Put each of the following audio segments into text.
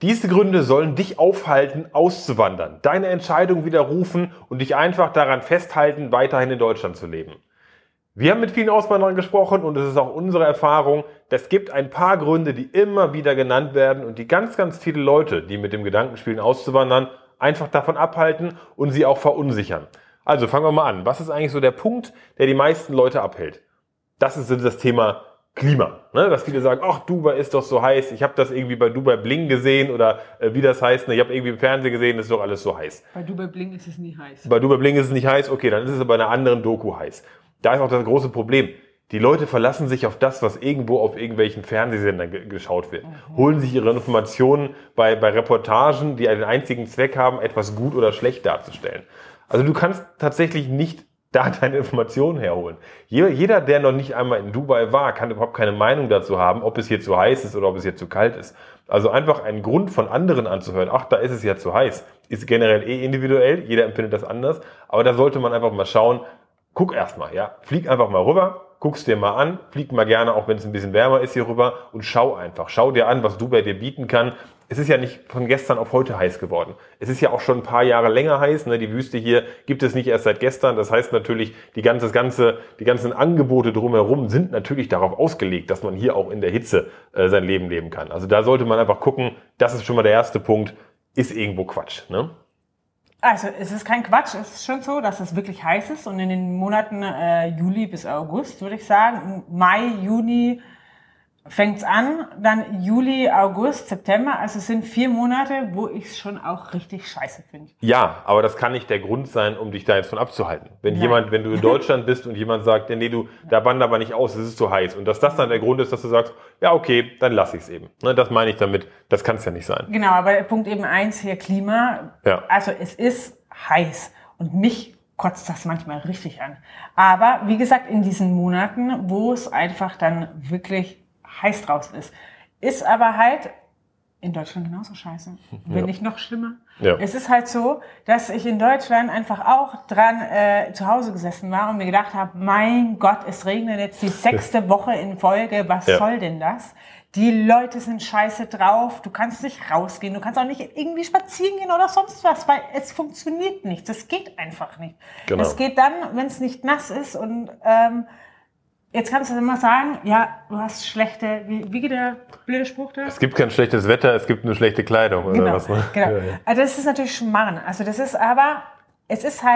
Diese Gründe sollen dich aufhalten, auszuwandern, deine Entscheidung widerrufen und dich einfach daran festhalten, weiterhin in Deutschland zu leben. Wir haben mit vielen Auswanderern gesprochen und es ist auch unsere Erfahrung, es gibt ein paar Gründe, die immer wieder genannt werden und die ganz, ganz viele Leute, die mit dem Gedanken spielen, auszuwandern, einfach davon abhalten und sie auch verunsichern. Also fangen wir mal an. Was ist eigentlich so der Punkt, der die meisten Leute abhält? Das ist so das Thema Klima. Ne? Dass viele sagen, ach, Dubai ist doch so heiß. Ich habe das irgendwie bei Dubai Bling gesehen oder wie das heißt. Ich habe irgendwie im Fernsehen gesehen, das ist doch alles so heiß. Bei Dubai Bling ist es nie heiß. Bei Dubai Bling ist es nicht heiß. Okay, dann ist es aber in einer anderen Doku heiß. Da ist auch das große Problem. Die Leute verlassen sich auf das, was irgendwo auf irgendwelchen Fernsehsendern geschaut wird. Holen sich ihre Informationen bei Reportagen, die einen einzigen Zweck haben, etwas gut oder schlecht darzustellen. Also du kannst tatsächlich nicht da deine Informationen herholen. Jeder, der noch nicht einmal in Dubai war, kann überhaupt keine Meinung dazu haben, ob es hier zu heiß ist oder ob es hier zu kalt ist. Also einfach einen Grund von anderen anzuhören, ach, da ist es ja zu heiß, ist generell individuell, jeder empfindet das anders, aber da sollte man einfach mal schauen, guck erstmal, ja, flieg einfach mal rüber, guck's dir mal an, flieg mal gerne, auch wenn es ein bisschen wärmer ist hier rüber und schau einfach, schau dir an, was Dubai dir bieten kann. Es ist ja nicht von gestern auf heute heiß geworden. Es ist ja auch schon ein paar Jahre länger heiß. Ne? Die Wüste hier gibt es nicht erst seit gestern. Das heißt natürlich, die ganzen Angebote drumherum sind natürlich darauf ausgelegt, dass man hier auch in der Hitze sein Leben leben kann. Also da sollte man einfach gucken, das ist schon mal der erste Punkt, ist irgendwo Quatsch. Ne? Also es ist kein Quatsch, es ist schon so, dass es wirklich heiß ist und in den Monaten Juli bis August, würde ich sagen, Mai, Juni fängt's an, dann Juli, August, September, also es sind 4 Monate, wo ich es schon auch richtig scheiße finde. Ja, aber das kann nicht der Grund sein, um dich da jetzt von abzuhalten. Wenn du in Deutschland bist und jemand sagt, nee, da wander aber nicht aus, es ist zu heiß und dass das dann der Grund ist, dass du sagst, ja okay, dann lass ich es eben. Ne, das meine ich damit, das kann es ja nicht sein. Genau, aber Punkt eben 1 hier, Klima, also es ist heiß und mich kotzt das manchmal richtig an. Aber wie gesagt, in diesen Monaten, wo es einfach dann wirklich heiß draußen ist aber halt in Deutschland genauso scheiße, wenn nicht noch schlimmer. Ja. Es ist halt so, dass ich in Deutschland einfach auch dran zu Hause gesessen war und mir gedacht habe, mein Gott, es regnet jetzt die 6. Woche in Folge, was soll denn das? Die Leute sind scheiße drauf, du kannst nicht rausgehen, du kannst auch nicht irgendwie spazieren gehen oder sonst was, weil es funktioniert nicht, das geht einfach nicht. Genau. Es geht dann, wenn es nicht nass ist und jetzt kannst du immer sagen, ja, du hast schlechte, wie geht der blöde Spruch da? Es gibt kein schlechtes Wetter, es gibt nur schlechte Kleidung, oder was? Ne? Genau. Also das ist natürlich Schmarrn. Also das ist aber, es ist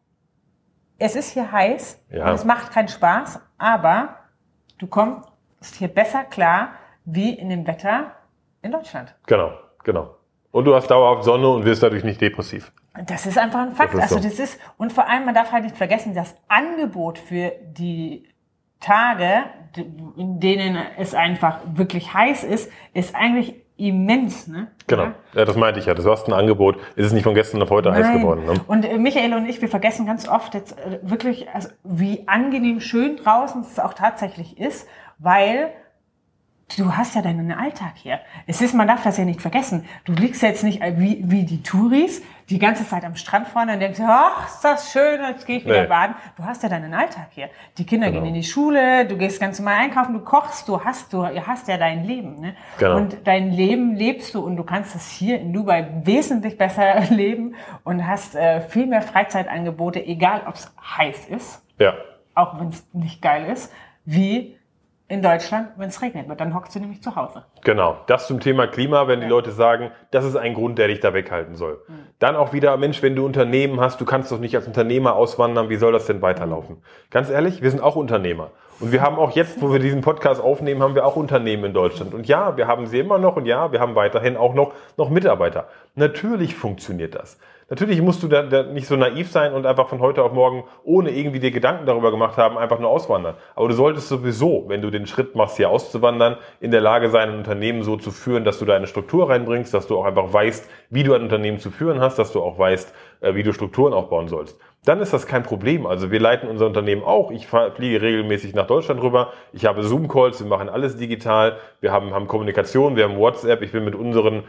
hier heiß und es macht keinen Spaß, aber du kommst hier besser klar wie in dem Wetter in Deutschland. Genau. Und du hast dauerhaft Sonne und wirst dadurch nicht depressiv. Das ist einfach ein Fakt. Und vor allem, man darf halt nicht vergessen, das Angebot für die Tage, in denen es einfach wirklich heiß ist eigentlich immens, ne? Genau, ja, das meinte ich ja. Das war ein Angebot. Es ist nicht von gestern auf heute heiß geworden. Ne? Und Michael und ich, wir vergessen ganz oft jetzt wirklich, also wie angenehm schön draußen es auch tatsächlich ist, weil du hast ja deinen Alltag hier. Man darf das ja nicht vergessen. Du liegst jetzt nicht wie die Touris die ganze Zeit am Strand vorne und denkst, ach, ist das schön, jetzt gehe ich wieder baden. Du hast ja deinen Alltag hier. Die Kinder gehen in die Schule, du gehst ganz normal einkaufen, du kochst, ihr hast ja dein Leben. Ne? Genau. Und dein Leben lebst du und du kannst das hier in Dubai wesentlich besser leben und hast viel mehr Freizeitangebote, egal ob es heiß ist, auch wenn es nicht geil ist, wie in Deutschland, wenn es regnet wird, dann hockst du nämlich zu Hause. Genau, das zum Thema Klima, wenn die Leute sagen, das ist ein Grund, der dich da weghalten soll. Dann auch wieder, Mensch, wenn du Unternehmen hast, du kannst doch nicht als Unternehmer auswandern, wie soll das denn weiterlaufen? Ganz ehrlich, wir sind auch Unternehmer. Und wir haben auch jetzt, wo wir diesen Podcast aufnehmen, haben wir auch Unternehmen in Deutschland. Und ja, wir haben sie immer noch und ja, wir haben weiterhin auch noch Mitarbeiter. Natürlich funktioniert das. Natürlich musst du da nicht so naiv sein und einfach von heute auf morgen, ohne irgendwie dir Gedanken darüber gemacht haben, einfach nur auswandern. Aber du solltest sowieso, wenn du den Schritt machst, hier auszuwandern, in der Lage sein, ein Unternehmen so zu führen, dass du da eine Struktur reinbringst, dass du auch einfach weißt, wie du ein Unternehmen zu führen hast, dass du auch weißt, wie du Strukturen aufbauen sollst. Dann ist das kein Problem. Also wir leiten unser Unternehmen auch. Ich fliege regelmäßig nach Deutschland rüber. Ich habe Zoom-Calls, wir machen alles digital. Wir haben Kommunikation, wir haben WhatsApp. Ich bin mit unseren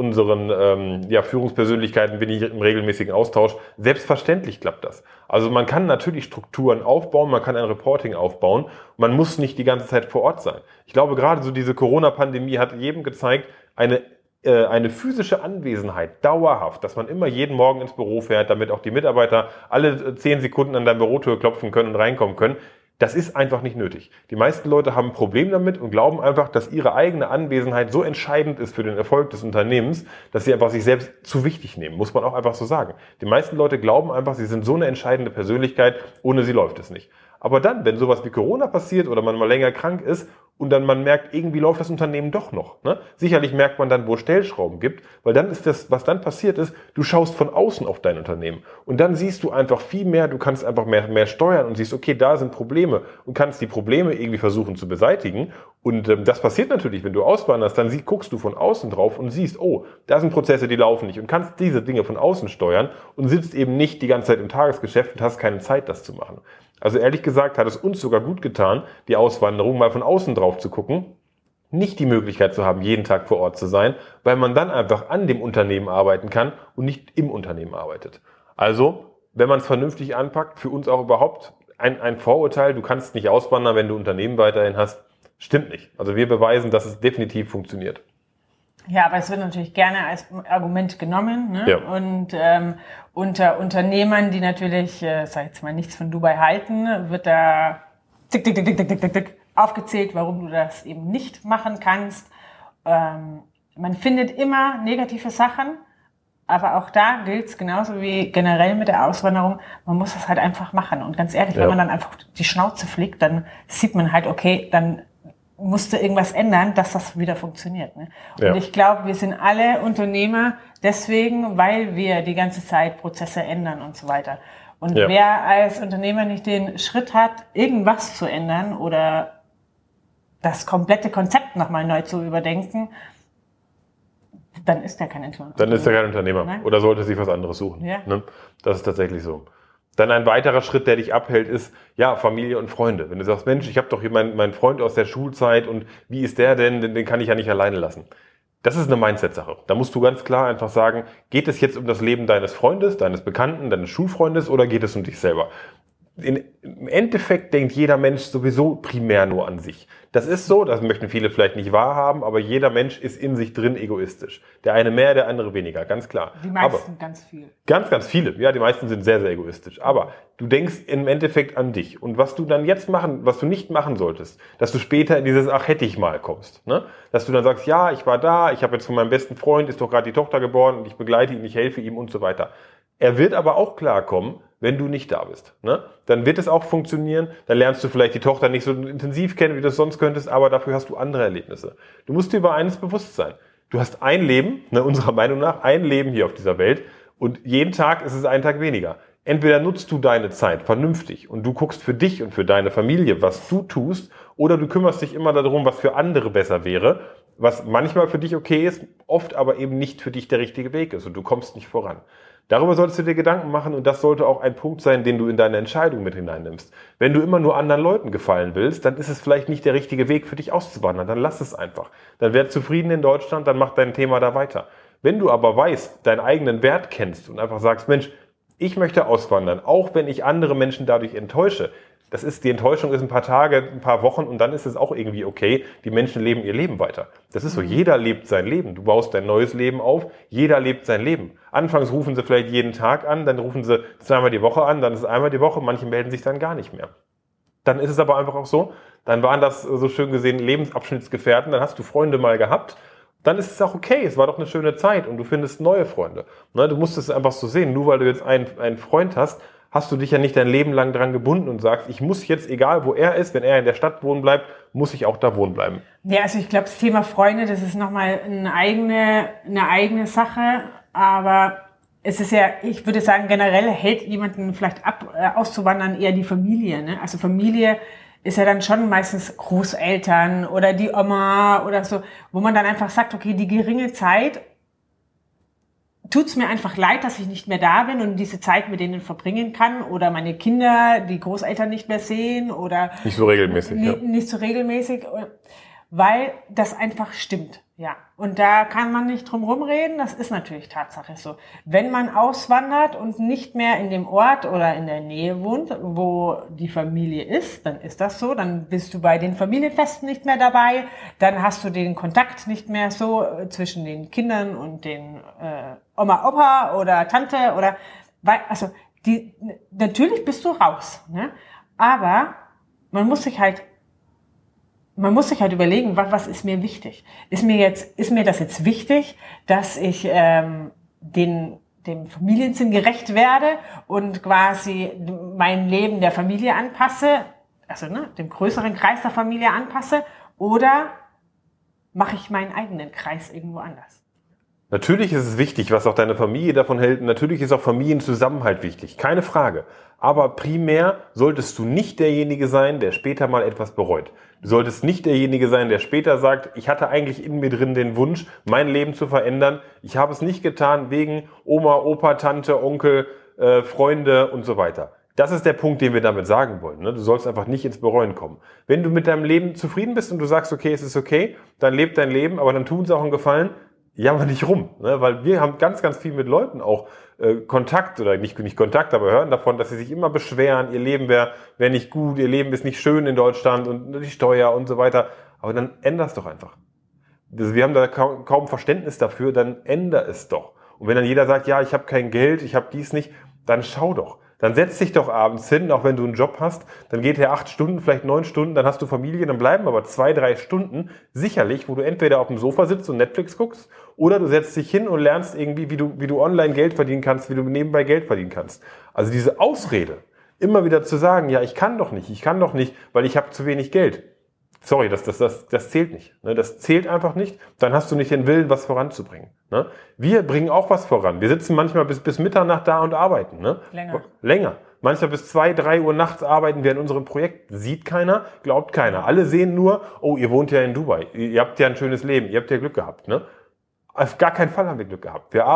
Führungspersönlichkeiten bin ich im regelmäßigen Austausch. Selbstverständlich klappt das. Also man kann natürlich Strukturen aufbauen, man kann ein Reporting aufbauen. Man muss nicht die ganze Zeit vor Ort sein. Ich glaube, gerade so diese Corona-Pandemie hat jedem gezeigt, eine eine physische Anwesenheit dauerhaft, dass man immer jeden Morgen ins Büro fährt, damit auch die Mitarbeiter alle 10 Sekunden an deiner Bürotür klopfen können und reinkommen können, das ist einfach nicht nötig. Die meisten Leute haben ein Problem damit und glauben einfach, dass ihre eigene Anwesenheit so entscheidend ist für den Erfolg des Unternehmens, dass sie einfach sich selbst zu wichtig nehmen, muss man auch einfach so sagen. Die meisten Leute glauben einfach, sie sind so eine entscheidende Persönlichkeit, ohne sie läuft es nicht. Aber dann, wenn sowas wie Corona passiert oder man mal länger krank ist und dann man merkt, irgendwie läuft das Unternehmen doch noch. Ne? Sicherlich merkt man dann, wo es Stellschrauben gibt, weil dann ist das, was dann passiert ist, du schaust von außen auf dein Unternehmen und dann siehst du einfach viel mehr, du kannst einfach mehr steuern und siehst, okay, da sind Probleme und kannst die Probleme irgendwie versuchen zu beseitigen. Und das passiert natürlich, wenn du auswanderst, dann guckst du von außen drauf und siehst, oh, da sind Prozesse, die laufen nicht und kannst diese Dinge von außen steuern und sitzt eben nicht die ganze Zeit im Tagesgeschäft und hast keine Zeit, das zu machen. Also ehrlich gesagt hat es uns sogar gut getan, die Auswanderung mal von außen drauf zu gucken, nicht die Möglichkeit zu haben, jeden Tag vor Ort zu sein, weil man dann einfach an dem Unternehmen arbeiten kann und nicht im Unternehmen arbeitet. Also, wenn man es vernünftig anpackt, für uns auch überhaupt ein Vorurteil, du kannst nicht auswandern, wenn du Unternehmen weiterhin hast, stimmt nicht. Also wir beweisen, dass es definitiv funktioniert. Ja, aber es wird natürlich gerne als Argument genommen. Ne? Ja. Und unter Unternehmern, die natürlich, sag ich jetzt mal, nichts von Dubai halten, wird da tick, aufgezählt, warum du das eben nicht machen kannst. Man findet immer negative Sachen, aber auch da gilt es genauso wie generell mit der Auswanderung, man muss das halt einfach machen. Und ganz ehrlich, wenn man dann einfach die Schnauze flickt, dann sieht man halt, okay, dann musste irgendwas ändern, dass das wieder funktioniert. Ne? Und ich glaube, wir sind alle Unternehmer deswegen, weil wir die ganze Zeit Prozesse ändern und so weiter. Und wer als Unternehmer nicht den Schritt hat, irgendwas zu ändern oder das komplette Konzept nochmal neu zu überdenken, dann ist er kein Unternehmer. Dann ist er kein Unternehmer. Nein? Oder sollte sich was anderes suchen. Ja. Ne? Das ist tatsächlich so. Dann ein weiterer Schritt, der dich abhält, ist, ja, Familie und Freunde. Wenn du sagst, Mensch, ich habe doch hier meinen Freund aus der Schulzeit und wie ist der denn? Den kann ich ja nicht alleine lassen. Das ist eine Mindset-Sache. Da musst du ganz klar einfach sagen, geht es jetzt um das Leben deines Freundes, deines Bekannten, deines Schulfreundes oder geht es um dich selber? Im Endeffekt denkt jeder Mensch sowieso primär nur an sich. Das ist so, das möchten viele vielleicht nicht wahrhaben, aber jeder Mensch ist in sich drin egoistisch. Der eine mehr, der andere weniger, ganz klar. Die meisten aber ganz viel. Ganz viele. Ja, die meisten sind sehr, sehr egoistisch. Aber du denkst im Endeffekt an dich. Und was du dann jetzt was du nicht machen solltest, dass du später in dieses Ach, hätte ich mal kommst. Ne? Dass du dann sagst, ja, ich war da, ich habe jetzt von meinem besten Freund, ist doch gerade die Tochter geboren und ich begleite ihn, ich helfe ihm und so weiter. Er wird aber auch klarkommen, wenn du nicht da bist. Ne? Dann wird es auch funktionieren, dann lernst du vielleicht die Tochter nicht so intensiv kennen, wie du es sonst könntest, aber dafür hast du andere Erlebnisse. Du musst dir über eines bewusst sein. Du hast ein Leben, unserer Meinung nach, ein Leben hier auf dieser Welt und jeden Tag ist es ein Tag weniger. Entweder nutzt du deine Zeit vernünftig und du guckst für dich und für deine Familie, was du tust, oder du kümmerst dich immer darum, was für andere besser wäre, was manchmal für dich okay ist, oft aber eben nicht für dich der richtige Weg ist und du kommst nicht voran. Darüber solltest du dir Gedanken machen und das sollte auch ein Punkt sein, den du in deine Entscheidung mit hineinnimmst. Wenn du immer nur anderen Leuten gefallen willst, dann ist es vielleicht nicht der richtige Weg für dich auszuwandern, dann lass es einfach. Dann werd zufrieden in Deutschland, dann mach dein Thema da weiter. Wenn du aber weißt, deinen eigenen Wert kennst und einfach sagst, Mensch, ich möchte auswandern, auch wenn ich andere Menschen dadurch enttäusche, die Enttäuschung ist ein paar Tage, ein paar Wochen und dann ist es auch irgendwie okay. Die Menschen leben ihr Leben weiter. Das ist so, jeder lebt sein Leben. Du baust dein neues Leben auf, jeder lebt sein Leben. Anfangs rufen sie vielleicht jeden Tag an, dann rufen sie zweimal die Woche an, dann ist es einmal die Woche, manche melden sich dann gar nicht mehr. Dann ist es aber einfach auch so, dann waren das so schön gesehen Lebensabschnittsgefährten, dann hast du Freunde mal gehabt, dann ist es auch okay, es war doch eine schöne Zeit und du findest neue Freunde. Du musst es einfach so sehen, nur weil du jetzt einen Freund hast du dich ja nicht dein Leben lang dran gebunden und sagst, ich muss jetzt, egal wo er ist, wenn er in der Stadt wohnen bleibt, muss ich auch da wohnen bleiben. Ja, also ich glaube, das Thema Freunde, das ist nochmal eine eigene Sache, aber es ist ja, ich würde sagen, generell hält jemanden vielleicht ab, auszuwandern, eher die Familie. Ne? Also Familie ist ja dann schon meistens Großeltern oder die Oma oder so, wo man dann einfach sagt, okay, die geringe Zeit, tut's mir einfach leid, dass ich nicht mehr da bin und diese Zeit mit denen verbringen kann oder meine Kinder, die Großeltern nicht mehr sehen oder nicht so regelmäßig, nicht so regelmäßig, weil das einfach stimmt. Ja, und da kann man nicht drum rumreden, das ist natürlich Tatsache so. Wenn man auswandert und nicht mehr in dem Ort oder in der Nähe wohnt, wo die Familie ist, dann ist das so, dann bist du bei den Familienfesten nicht mehr dabei, dann hast du den Kontakt nicht mehr so zwischen den Kindern und den Oma, Opa oder Tante oder, also natürlich bist du raus, ne? Aber man muss sich halt überlegen, was ist mir wichtig? Ist mir das jetzt wichtig, dass ich dem Familiensinn gerecht werde und quasi mein Leben der Familie anpasse, also dem größeren Kreis der Familie anpasse, oder mache ich meinen eigenen Kreis irgendwo anders? Natürlich ist es wichtig, was auch deine Familie davon hält. Und natürlich ist auch Familienzusammenhalt wichtig, keine Frage. Aber primär solltest du nicht derjenige sein, der später mal etwas bereut. Du solltest nicht derjenige sein, der später sagt, ich hatte eigentlich in mir drin den Wunsch, mein Leben zu verändern. Ich habe es nicht getan wegen Oma, Opa, Tante, Onkel, Freunde und so weiter. Das ist der Punkt, den wir damit sagen wollen. Du sollst einfach nicht ins Bereuen kommen. Wenn du mit deinem Leben zufrieden bist und du sagst, okay, es ist okay, dann leb dein Leben, aber dann tun sie auch einen Gefallen. Jammer nicht rum, weil wir haben ganz, ganz viel mit Leuten auch Kontakt oder nicht Kontakt, aber hören davon, dass sie sich immer beschweren, ihr Leben wäre nicht gut, ihr Leben ist nicht schön in Deutschland und die Steuer und so weiter. Aber dann änder es doch einfach. Wir haben da kaum Verständnis dafür, dann änder es doch. Und wenn dann jeder sagt, ja, ich habe kein Geld, ich habe dies nicht, dann schau doch. Dann setz dich doch abends hin, auch wenn du einen Job hast, dann geht der 8 Stunden, vielleicht 9 Stunden, dann hast du Familie, dann bleiben aber 2-3 Stunden sicherlich, wo du entweder auf dem Sofa sitzt und Netflix guckst, oder du setzt dich hin und lernst irgendwie, wie du online Geld verdienen kannst, wie du nebenbei Geld verdienen kannst. Also diese Ausrede, immer wieder zu sagen, ja, ich kann doch nicht, weil ich habe zu wenig Geld. Sorry, das zählt nicht. Das zählt einfach nicht. Dann hast du nicht den Willen, was voranzubringen. Wir bringen auch was voran. Wir sitzen manchmal bis Mitternacht da und arbeiten. Länger. Manchmal bis 2-3 Uhr nachts arbeiten wir an unserem Projekt. Sieht keiner, glaubt keiner. Alle sehen nur, oh, ihr wohnt ja in Dubai. Ihr habt ja ein schönes Leben. Ihr habt ja Glück gehabt. Auf gar keinen Fall haben wir Glück gehabt. Wir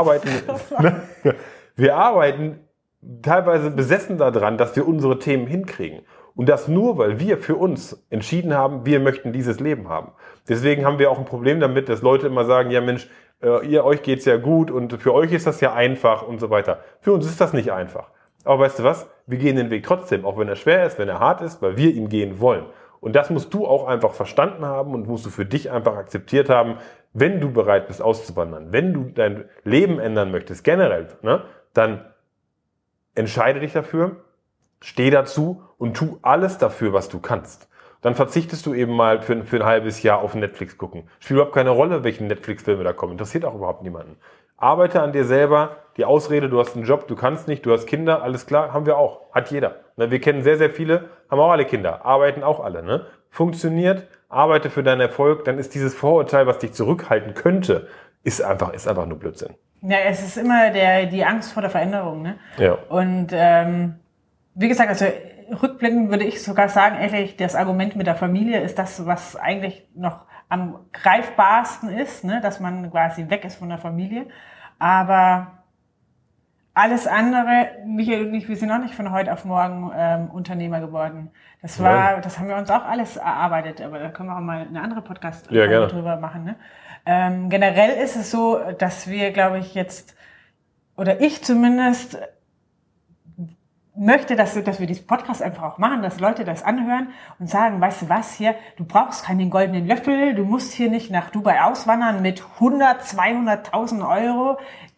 arbeiten teilweise besessen daran, dass wir unsere Themen hinkriegen. Und das nur, weil wir für uns entschieden haben, wir möchten dieses Leben haben. Deswegen haben wir auch ein Problem damit, dass Leute immer sagen, ja Mensch, euch geht's ja gut und für euch ist das ja einfach und so weiter. Für uns ist das nicht einfach. Aber weißt du was? Wir gehen den Weg trotzdem, auch wenn er schwer ist, wenn er hart ist, weil wir ihn gehen wollen. Und das musst du auch einfach verstanden haben und musst du für dich einfach akzeptiert haben, wenn du bereit bist auszuwandern, wenn du dein Leben ändern möchtest, generell, dann entscheide dich dafür, steh dazu und tu alles dafür, was du kannst. Dann verzichtest du eben mal für ein halbes Jahr auf Netflix gucken. Spielt überhaupt keine Rolle, welche Netflix-Filme da kommen. Interessiert auch überhaupt niemanden. Arbeite an dir selber. Die Ausrede, du hast einen Job, du kannst nicht, du hast Kinder, alles klar, haben wir auch. Hat jeder. Wir kennen sehr, sehr viele, haben auch alle Kinder, arbeiten auch alle. Funktioniert, arbeite für deinen Erfolg, dann ist dieses Vorurteil, was dich zurückhalten könnte, ist einfach nur Blödsinn. Ja, es ist immer die Angst vor der Veränderung. Ja. Und wie gesagt, also rückblickend würde ich sogar sagen, ehrlich, das Argument mit der Familie ist das, was eigentlich noch am greifbarsten ist, dass man quasi weg ist von der Familie. Aber alles andere, Michael und ich, wir sind auch nicht von heute auf morgen Unternehmer geworden. Das haben wir uns auch alles erarbeitet, aber da können wir auch mal eine andere Podcast-Folge drüber machen. Generell ist es so, dass wir, glaube ich, jetzt, oder ich zumindest, möchte, dass wir diesen Podcast einfach auch machen, dass Leute das anhören und sagen, weißt du was, hier, du brauchst keinen goldenen Löffel, du musst hier nicht nach Dubai auswandern mit 200.000 Euro,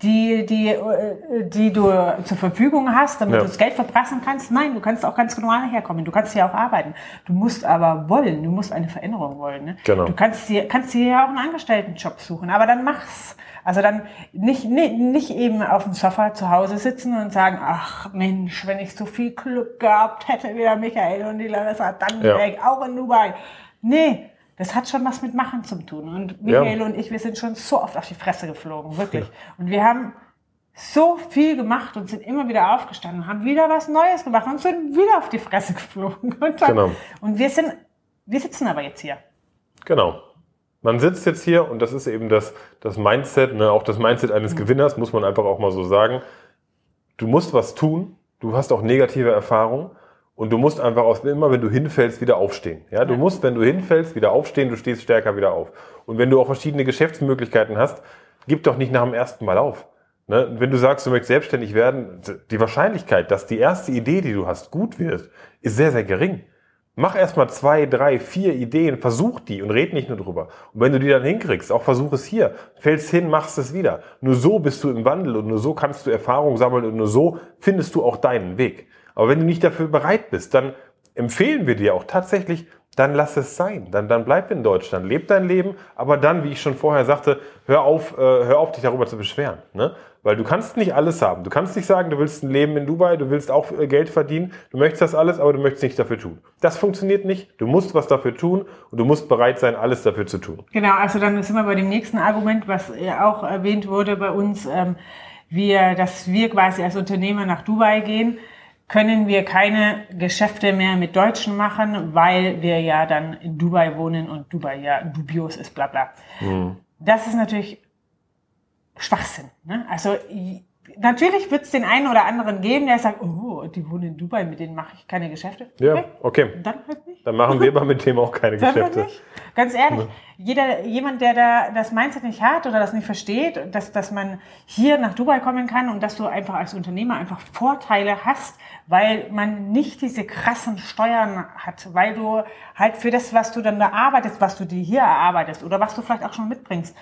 die du zur Verfügung hast, damit du das Geld verprassen kannst. Nein, du kannst auch ganz normal herkommen, du kannst hier auch arbeiten. Du musst aber wollen, du musst eine Veränderung wollen. Genau. Du kannst dir ja auch einen Angestelltenjob suchen, aber dann mach's. Also dann nicht eben auf dem Sofa zu Hause sitzen und sagen, ach Mensch, wenn ich so viel Glück gehabt hätte wie der Michael und die Larissa, dann wäre ich auch in Dubai. Nee, das hat schon was mit Machen zu tun. Und Michael und ich, wir sind schon so oft auf die Fresse geflogen, wirklich. Und wir haben so viel gemacht und sind immer wieder aufgestanden, haben wieder was Neues gemacht und sind wieder auf die Fresse geflogen. Und wir sitzen aber jetzt hier. Genau. Man sitzt jetzt hier und das ist eben das Mindset, auch das Mindset eines Gewinners, muss man einfach auch mal so sagen. Du musst was tun, du hast auch negative Erfahrungen Und du musst einfach immer, wenn du hinfällst, wieder aufstehen. Ja, du musst, wenn du hinfällst, wieder aufstehen, du stehst stärker wieder auf. Und wenn du auch verschiedene Geschäftsmöglichkeiten hast, gib doch nicht nach dem ersten Mal auf. Ne? Wenn du sagst, du möchtest selbstständig werden, die Wahrscheinlichkeit, dass die erste Idee, die du hast, gut wird, ist sehr, sehr gering. Mach erstmal 2, 3, 4 Ideen, versuch die und red nicht nur drüber. Und wenn du die dann hinkriegst, auch versuch es hier, fällst hin, machst es wieder. Nur so bist du im Wandel und nur so kannst du Erfahrung sammeln und nur so findest du auch deinen Weg. Aber wenn du nicht dafür bereit bist, dann empfehlen wir dir auch tatsächlich, dann lass es sein. Dann bleib in Deutschland, leb dein Leben, aber dann, wie ich schon vorher sagte, hör auf, dich darüber zu beschweren. Ne? Weil du kannst nicht alles haben. Du kannst nicht sagen, du willst ein Leben in Dubai, du willst auch Geld verdienen, du möchtest das alles, aber du möchtest nichts dafür tun. Das funktioniert nicht. Du musst was dafür tun und du musst bereit sein, alles dafür zu tun. Genau, also dann sind wir bei dem nächsten Argument, was auch erwähnt wurde bei uns, dass wir quasi als Unternehmer nach Dubai gehen, können wir keine Geschäfte mehr mit Deutschen machen, weil wir ja dann in Dubai wohnen und Dubai ja dubios ist, bla bla. Mhm. Das ist natürlich Schwachsinn. Ne? Also natürlich wird es den einen oder anderen geben, der sagt, oh, die wohnen in Dubai, mit denen mache ich keine Geschäfte. Ja, okay. Dann halt nicht. Dann machen wir aber mit dem auch keine Geschäfte. Halt nicht. Ganz ehrlich, jemand, der da das Mindset nicht hat oder das nicht versteht, dass man hier nach Dubai kommen kann und dass du einfach als Unternehmer einfach Vorteile hast, weil man nicht diese krassen Steuern hat, weil du halt für das, was du dann da arbeitest, was du dir hier erarbeitest oder was du vielleicht auch schon mitbringst,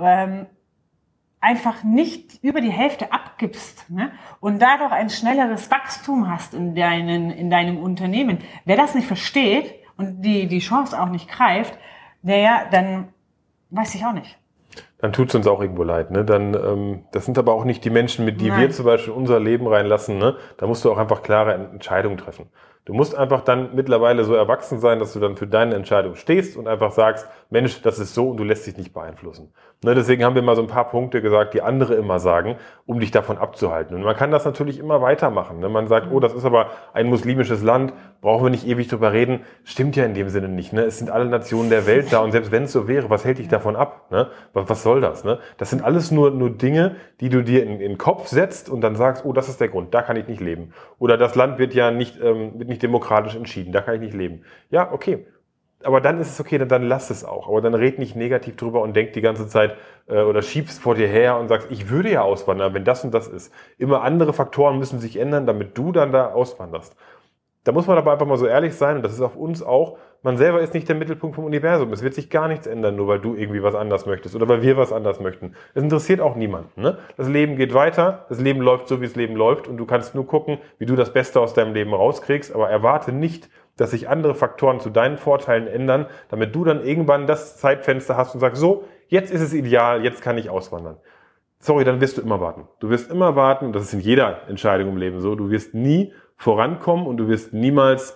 einfach nicht über die Hälfte abgibst, ne? Und dadurch ein schnelleres Wachstum hast in deinem Unternehmen. Wer das nicht versteht und die Chance auch nicht greift, naja, dann weiß ich auch nicht. Dann tut's uns auch irgendwo leid, ne? Dann, das sind aber auch nicht die Menschen, mit die wir zum Beispiel in unser Leben reinlassen, ne? Da musst du auch einfach klare Entscheidungen treffen. Du musst einfach dann mittlerweile so erwachsen sein, dass du dann für deine Entscheidung stehst und einfach sagst, Mensch, das ist so und du lässt dich nicht beeinflussen. Ne, deswegen haben wir mal so ein paar Punkte gesagt, die andere immer sagen, um dich davon abzuhalten. Und man kann das natürlich immer weitermachen. Ne? Man sagt, oh, das ist aber ein muslimisches Land, brauchen wir nicht ewig drüber reden. Stimmt ja in dem Sinne nicht. Ne? Es sind alle Nationen der Welt da und selbst wenn es so wäre, was hält dich davon ab? Ne? Was soll das? Ne? Das sind alles nur Dinge, die du dir in den Kopf setzt und dann sagst, oh, das ist der Grund, da kann ich nicht leben. Oder das Land wird ja nicht demokratisch entschieden, da kann ich nicht leben. Ja, okay. Aber dann ist es okay, dann lass es auch. Aber dann red nicht negativ drüber und denk die ganze Zeit oder schiebst vor dir her und sagst, ich würde ja auswandern, wenn das und das ist. Immer andere Faktoren müssen sich ändern, damit du dann da auswanderst. Da muss man aber einfach mal so ehrlich sein, und das ist auf uns auch, man selber ist nicht der Mittelpunkt vom Universum. Es wird sich gar nichts ändern, nur weil du irgendwie was anders möchtest oder weil wir was anders möchten. Es interessiert auch niemanden. Ne? Das Leben geht weiter, das Leben läuft so, wie das Leben läuft und du kannst nur gucken, wie du das Beste aus deinem Leben rauskriegst, aber erwarte nicht, dass sich andere Faktoren zu deinen Vorteilen ändern, damit du dann irgendwann das Zeitfenster hast und sagst, so, jetzt ist es ideal, jetzt kann ich auswandern. Sorry, dann wirst du immer warten. Du wirst immer warten, das ist in jeder Entscheidung im Leben so, du wirst nie vorankommen und du wirst niemals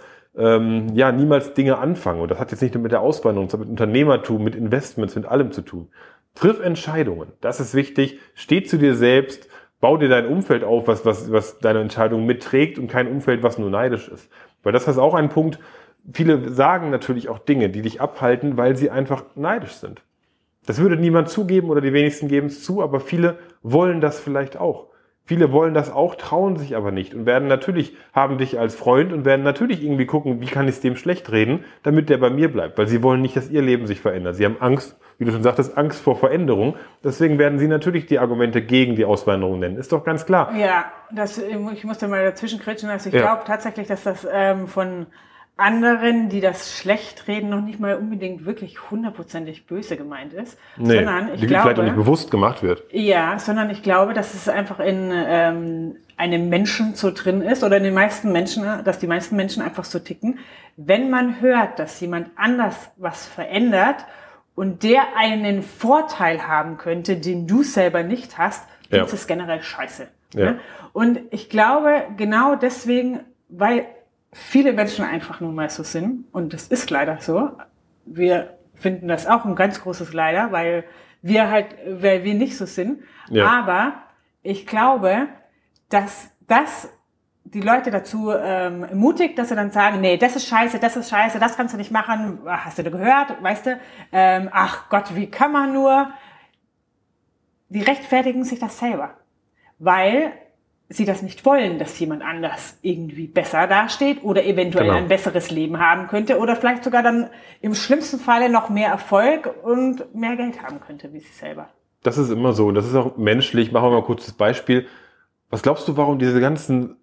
Dinge anfangen. Und das hat jetzt nicht nur mit der Auswanderung, sondern mit Unternehmertum, mit Investments, mit allem zu tun. Triff Entscheidungen, das ist wichtig, steh zu dir selbst, bau dir dein Umfeld auf, was deine Entscheidung mitträgt und kein Umfeld, was nur neidisch ist. Weil das ist auch ein Punkt, viele sagen natürlich auch Dinge, die dich abhalten, weil sie einfach neidisch sind. Das würde niemand zugeben oder die wenigsten geben es zu, aber viele wollen das vielleicht auch. Viele wollen das auch, trauen sich aber nicht und haben dich als Freund und werden natürlich irgendwie gucken, wie kann ich es dem schlecht reden, damit der bei mir bleibt, weil sie wollen nicht, dass ihr Leben sich verändert. Sie haben Angst, wie du schon sagtest, Angst vor Veränderung. Deswegen werden sie natürlich die Argumente gegen die Auswanderung nennen. Ist doch ganz klar. Ja, ich musste mal dazwischen kritschen. Also ich glaube tatsächlich, dass das von anderen, die das schlecht reden, noch nicht mal unbedingt wirklich hundertprozentig böse gemeint ist. Nee, sondern die vielleicht auch nicht bewusst gemacht wird. Ja, sondern ich glaube, dass es einfach in einem Menschen so drin ist oder in den meisten Menschen, dass die meisten Menschen einfach so ticken. Wenn man hört, dass jemand anders was verändert und der einen Vorteil haben könnte, den du selber nicht hast, findest du es generell scheiße. Ja. Ne? Und ich glaube, genau deswegen, weil viele Menschen einfach nun mal so sind, und das ist leider so, wir finden das auch ein ganz großes Leider, weil wir nicht so sind, aber ich glaube, dass das die Leute dazu ermutigt, dass sie dann sagen, nee, das ist scheiße, das kannst du nicht machen, hast du da gehört, weißt du, ach Gott, wie kann man nur, die rechtfertigen sich das selber, weil sie das nicht wollen, dass jemand anders irgendwie besser dasteht oder eventuell ein besseres Leben haben könnte oder vielleicht sogar dann im schlimmsten Falle noch mehr Erfolg und mehr Geld haben könnte, wie sie selber. Das ist immer so. Das ist auch menschlich. Machen wir mal kurz das Beispiel. Was glaubst du, warum diese ganzen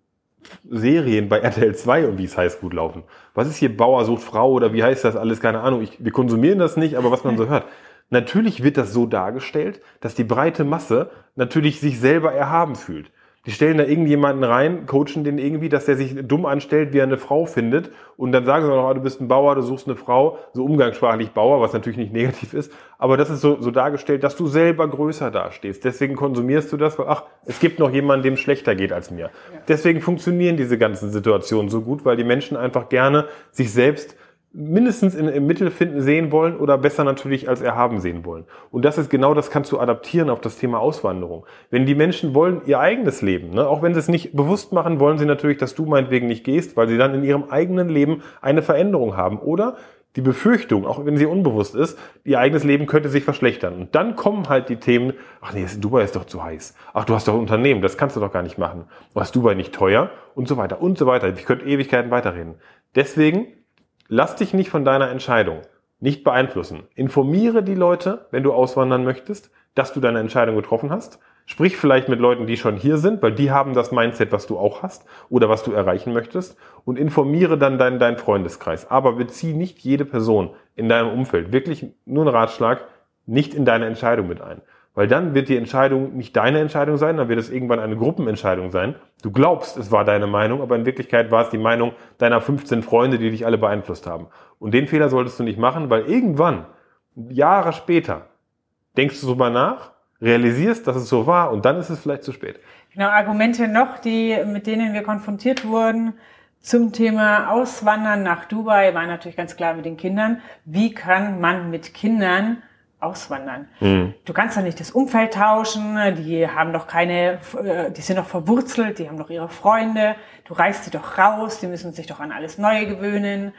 Serien bei RTL 2 und wie es heißt, gut laufen? Was ist hier Bauer sucht Frau oder wie heißt das alles? Keine Ahnung. Wir konsumieren das nicht, aber was man so hört. Natürlich wird das so dargestellt, dass die breite Masse natürlich sich selber erhaben fühlt. Die stellen da irgendjemanden rein, coachen den irgendwie, dass der sich dumm anstellt, wie er eine Frau findet. Und dann sagen sie auch noch, du bist ein Bauer, du suchst eine Frau, so umgangssprachlich Bauer, was natürlich nicht negativ ist. Aber das ist so dargestellt, dass du selber größer dastehst. Deswegen konsumierst du das, weil, es gibt noch jemanden, dem es schlechter geht als mir. Ja. Deswegen funktionieren diese ganzen Situationen so gut, weil die Menschen einfach gerne sich selbst mindestens im Mittel sehen wollen oder besser natürlich als erhaben sehen wollen. Und das ist genau, das kannst du adaptieren auf das Thema Auswanderung. Wenn die Menschen wollen ihr eigenes Leben, ne, auch wenn sie es nicht bewusst machen, wollen sie natürlich, dass du meinetwegen nicht gehst, weil sie dann in ihrem eigenen Leben eine Veränderung haben. Oder die Befürchtung, auch wenn sie unbewusst ist, ihr eigenes Leben könnte sich verschlechtern. Und dann kommen halt die Themen, ach nee, Dubai ist doch zu heiß. Ach, du hast doch ein Unternehmen, das kannst du doch gar nicht machen. Du hast Dubai nicht teuer und so weiter und so weiter. Ich könnte Ewigkeiten weiterreden. Deswegen lass dich nicht von deiner Entscheidung nicht beeinflussen. Informiere die Leute, wenn du auswandern möchtest, dass du deine Entscheidung getroffen hast. Sprich vielleicht mit Leuten, die schon hier sind, weil die haben das Mindset, was du auch hast oder was du erreichen möchtest. Und informiere dann deinen Freundeskreis. Aber bezieh nicht jede Person in deinem Umfeld, wirklich nur ein Ratschlag, nicht in deine Entscheidung mit ein. Weil dann wird die Entscheidung nicht deine Entscheidung sein, dann wird es irgendwann eine Gruppenentscheidung sein. Du glaubst, es war deine Meinung, aber in Wirklichkeit war es die Meinung deiner 15 Freunde, die dich alle beeinflusst haben. Und den Fehler solltest du nicht machen, weil irgendwann, Jahre später, denkst du drüber nach, realisierst, dass es so war und dann ist es vielleicht zu spät. Genau, Argumente noch, mit denen wir konfrontiert wurden zum Thema Auswandern nach Dubai, war natürlich ganz klar mit den Kindern. Wie kann man mit Kindern auswandern? Du kannst doch nicht das Umfeld tauschen, die haben doch die sind doch verwurzelt, die haben doch ihre Freunde, du reißt sie doch raus, die müssen sich doch an alles Neue gewöhnen.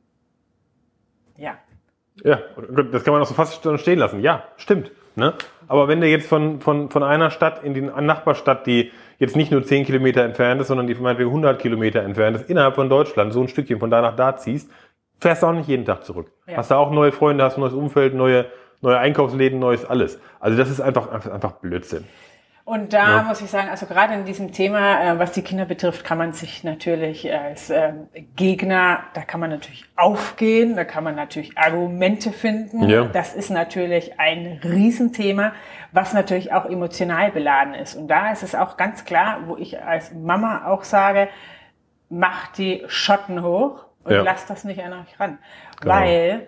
Ja. Ja, das kann man auch so fast stehen lassen. Ja, stimmt. Ne? Aber wenn du jetzt von einer Stadt in die Nachbarstadt, die jetzt nicht nur 10 Kilometer entfernt ist, sondern die meinetwegen 100 Kilometer entfernt ist, innerhalb von Deutschland, so ein Stückchen von da nach da ziehst, fährst du auch nicht jeden Tag zurück. Ja. Hast da auch neue Freunde, hast ein neues Umfeld, neue Einkaufsläden, neues alles. Also das ist einfach Blödsinn. Und da muss ich sagen, also gerade in diesem Thema, was die Kinder betrifft, kann man sich natürlich als Gegner, da kann man natürlich aufgehen, da kann man natürlich Argumente finden. Ja. Das ist natürlich ein Riesenthema, was natürlich auch emotional beladen ist. Und da ist es auch ganz klar, wo ich als Mama auch sage, macht die Schotten hoch und lasst das nicht an euch ran. Genau. Weil,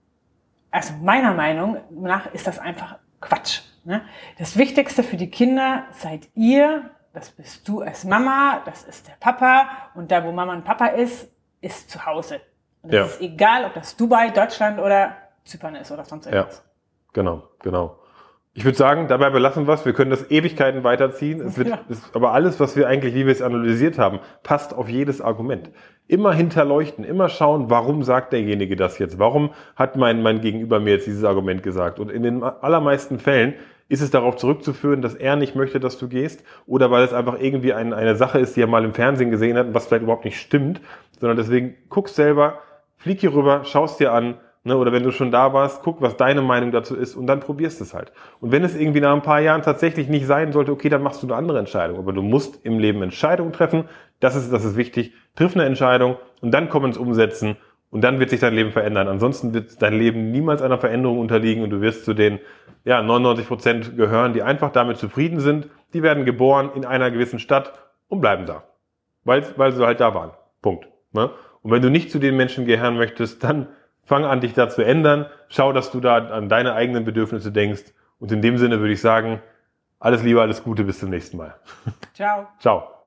also meiner Meinung nach ist das einfach Quatsch. Ne? Das Wichtigste für die Kinder seid ihr, das bist du als Mama, das ist der Papa und da, wo Mama und Papa ist zu Hause. Und das ist egal, ob das Dubai, Deutschland oder Zypern ist oder sonst irgendwas. Ja, genau. Ich würde sagen, dabei belassen wir es. Wir können das Ewigkeiten weiterziehen. Aber alles, was wir eigentlich, wie wir es analysiert haben, passt auf jedes Argument. Immer hinterleuchten, immer schauen, warum sagt derjenige das jetzt? Warum hat mein Gegenüber mir jetzt dieses Argument gesagt? Und in den allermeisten Fällen ist es darauf zurückzuführen, dass er nicht möchte, dass du gehst oder weil es einfach irgendwie eine Sache ist, die er mal im Fernsehen gesehen hat und was vielleicht überhaupt nicht stimmt, sondern deswegen guckst selber, flieg hier rüber, schaust dir an, ne, oder wenn du schon da warst, guck, was deine Meinung dazu ist und dann probierst es halt. Und wenn es irgendwie nach ein paar Jahren tatsächlich nicht sein sollte, okay, dann machst du eine andere Entscheidung. Aber du musst im Leben Entscheidungen treffen, das ist wichtig. Triff eine Entscheidung und dann komm ins Umsetzen und dann wird sich dein Leben verändern. Ansonsten wird dein Leben niemals einer Veränderung unterliegen und du wirst zu den 99% gehören, die einfach damit zufrieden sind. Die werden geboren in einer gewissen Stadt und bleiben da, weil sie halt da waren. Punkt. Ne? Und wenn du nicht zu den Menschen gehören möchtest, dann fang an, dich da zu ändern. Schau, dass du da an deine eigenen Bedürfnisse denkst. Und in dem Sinne würde ich sagen, alles Liebe, alles Gute, bis zum nächsten Mal. Ciao. Ciao.